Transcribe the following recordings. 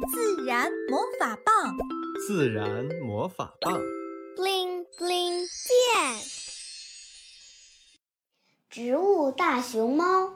自然魔法棒， 自然魔法棒 ，bling bling 变。植物大熊猫。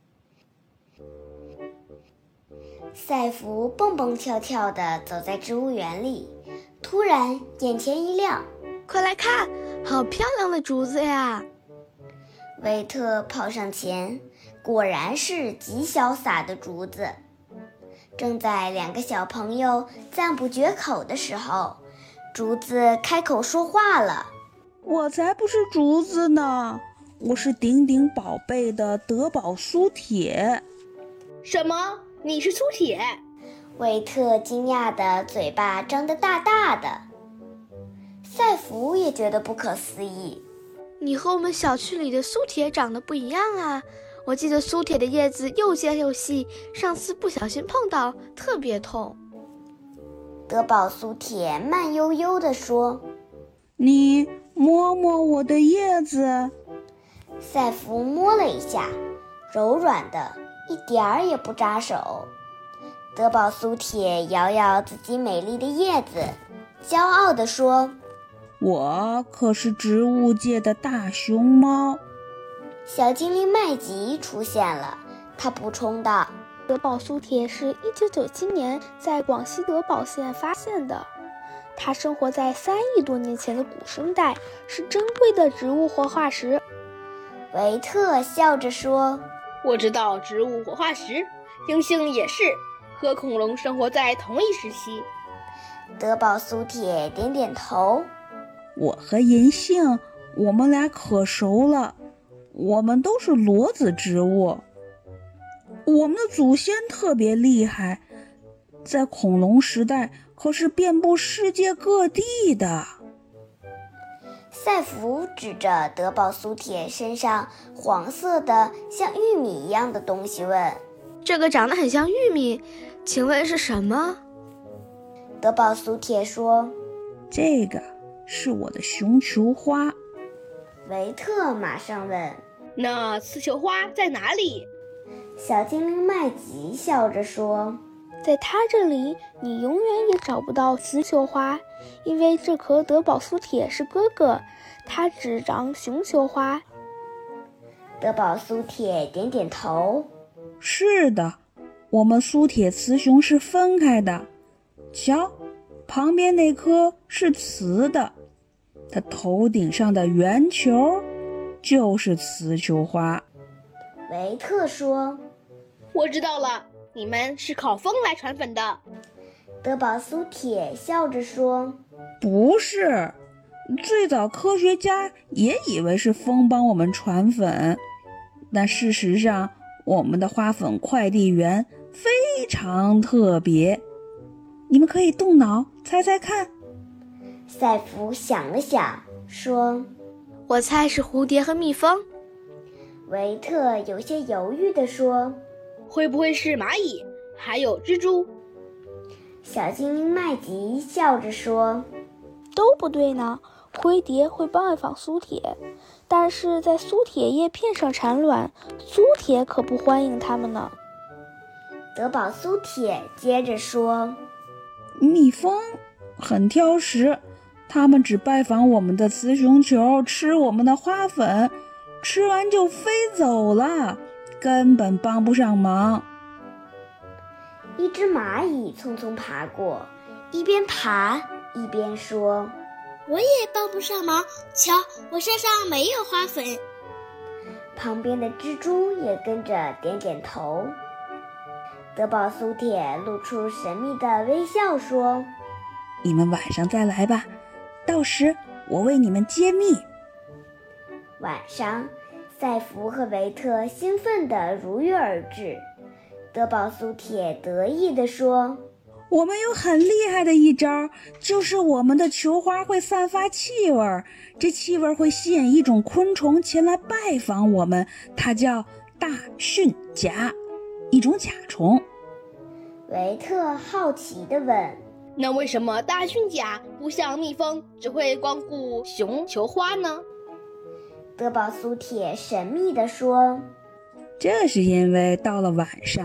赛弗蹦蹦跳跳地走在植物园里，突然眼前一亮， 快来看，好漂亮的竹子呀！ 维特跑上前，果然是极潇洒的竹子。正在两个小朋友赞不绝口的时候，竹子开口说话了：“ 我才不是竹子呢，我是顶顶宝贝的德宝苏铁。” 什么？你是苏铁？ 维特惊讶的嘴巴张得大大的。赛弗也觉得不可思议：“ 你和我们小区里的苏铁长得不一样啊！我记得苏铁的叶子又尖又细，上次不小心碰到，特别痛。” 德宝苏铁慢悠悠地说：“ 你摸摸我的叶子。” 赛弗摸了一下，柔软的，一点儿也不扎手。德宝苏铁摇摇自己美丽的叶子，骄傲地说：“ 我可是植物界的大熊猫。” 小精灵麦吉出现了，他补充道：“ 德宝苏铁是1997年在广西德保县发现的，它生活在3亿多年前的古生代，是珍贵的植物活化石。” 维特笑着说：“ 我知道植物活化石，猩猩也是，和恐龙生活在同一时期。” 德宝苏铁点点头：“ 我和银杏，我们俩可熟了，我们都是裸子植物。我们的祖先特别厉害，在恐龙时代可是遍布世界各地的。” 赛弗指着德宝苏铁身上黄色的像玉米一样的东西问：“ 这个长得很像玉米，请问是什么？” 德宝苏铁说：“ 这个是我的熊球花。” 维特马上问：“ 那刺球花在哪里？” 小精灵麦吉笑着说：“ 在他这里，你永远也找不到雌球花，因为这棵德宝苏铁是哥哥，它只长雄球花。” 德宝苏铁点点头：“ 是的，我们苏铁雌雄是分开的。瞧，旁边那颗是雌的，它头顶上的圆球就是雌球花。” 维特说：“ 我知道了，你们是靠风来传粉的。” 德宝苏铁笑着说：“ 不是，最早科学家也以为是风帮我们传粉，但事实上我们的花粉快递员非常特别。你们可以动脑猜猜看。” 赛弗想了想说：“ 我猜是蝴蝶和蜜蜂。” 维特有些犹豫地说：“ 会不会是蚂蚁，还有蜘蛛？” 小精灵麦吉笑着说：“ 都不对呢，灰蝶会拜访苏铁，但是在苏铁叶片上产卵，苏铁可不欢迎它们呢。” 德宝苏铁接着说：“ 蜜蜂很挑食，它们只拜访我们的雌雄球，吃我们的花粉，吃完就飞走了，根本帮不上忙。” 一只蚂蚁匆匆爬过，一边爬一边说：“ 我也帮不上忙，瞧，我身上没有花粉。” 旁边的蜘蛛也跟着点点头。德宝苏铁露出神秘的微笑说：“ 你们晚上再来吧，到时我为你们揭秘。” 晚上，赛弗和维特兴奋地如约而至。德宝苏铁得意地说：“ 我们有很厉害的一招，就是我们的球花会散发气味，这气味会吸引一种昆虫前来拜访我们，它叫大蕈甲，一种甲虫。” 维特好奇地问：“ 那为什么大蕈甲不像蜜蜂只会光顾雄球花呢？” 德宝苏铁神秘地说：“ 这是因为到了晚上，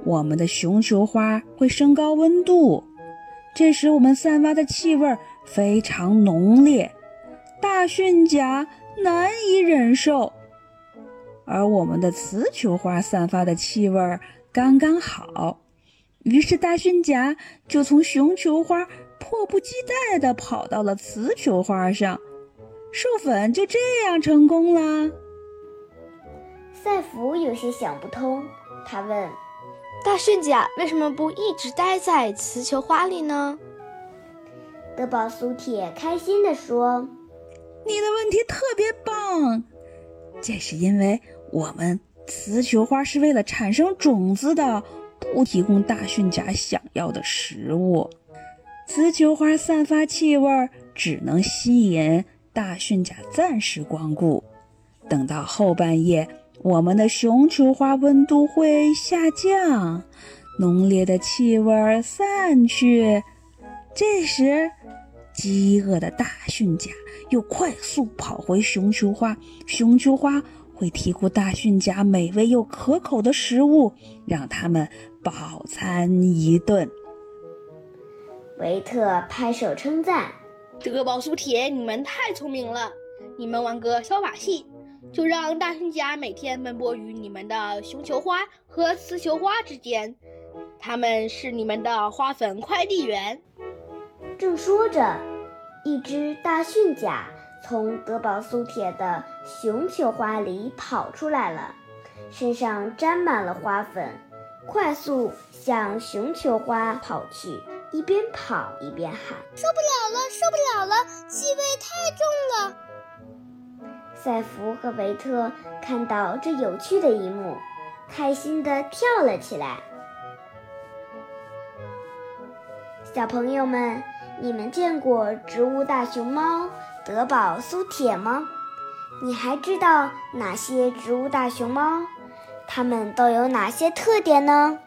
我们的熊球花会升高温度，这时我们散发的气味非常浓烈，大驯甲难以忍受。而我们的雌球花散发的气味刚刚好，于是大驯甲就从雄球花迫不及待地跑到了雌球花上，授粉就这样成功了。 赛弗有些想不通，他问： 大驯甲为什么不一直待在雌球花里呢？ 德宝苏铁开心地说： 你的问题特别棒，这是因为我们雌球花是为了产生种子的，不提供大驯甲想要的食物。雌球花散发气味只能吸引大驯甲暂时光顾，等到后半夜，我们的雄球花温度会下降，浓烈的气味散去，这时饥饿的大驯甲又快速跑回熊球花，熊球花会提供大驯甲美味又可口的食物，让它们饱餐一顿。 维特拍手称赞： 德宝苏铁，你们太聪明了！你们玩个小把戏，就让大驯甲每天奔波于你们的雄球花和雌球花之间，它们是你们的花粉快递员。 正说着，一只大驯甲从德宝苏铁的雄球花里跑出来了，身上沾满了花粉，快速向雄球花跑去，一边跑一边喊： 受不了了，受不了了，气味太重了！ 赛弗和维特看到这有趣的一幕，开心地跳了起来。小朋友们，你们见过植物大熊猫德宝苏铁吗？你还知道哪些植物大熊猫？它们都有哪些特点呢？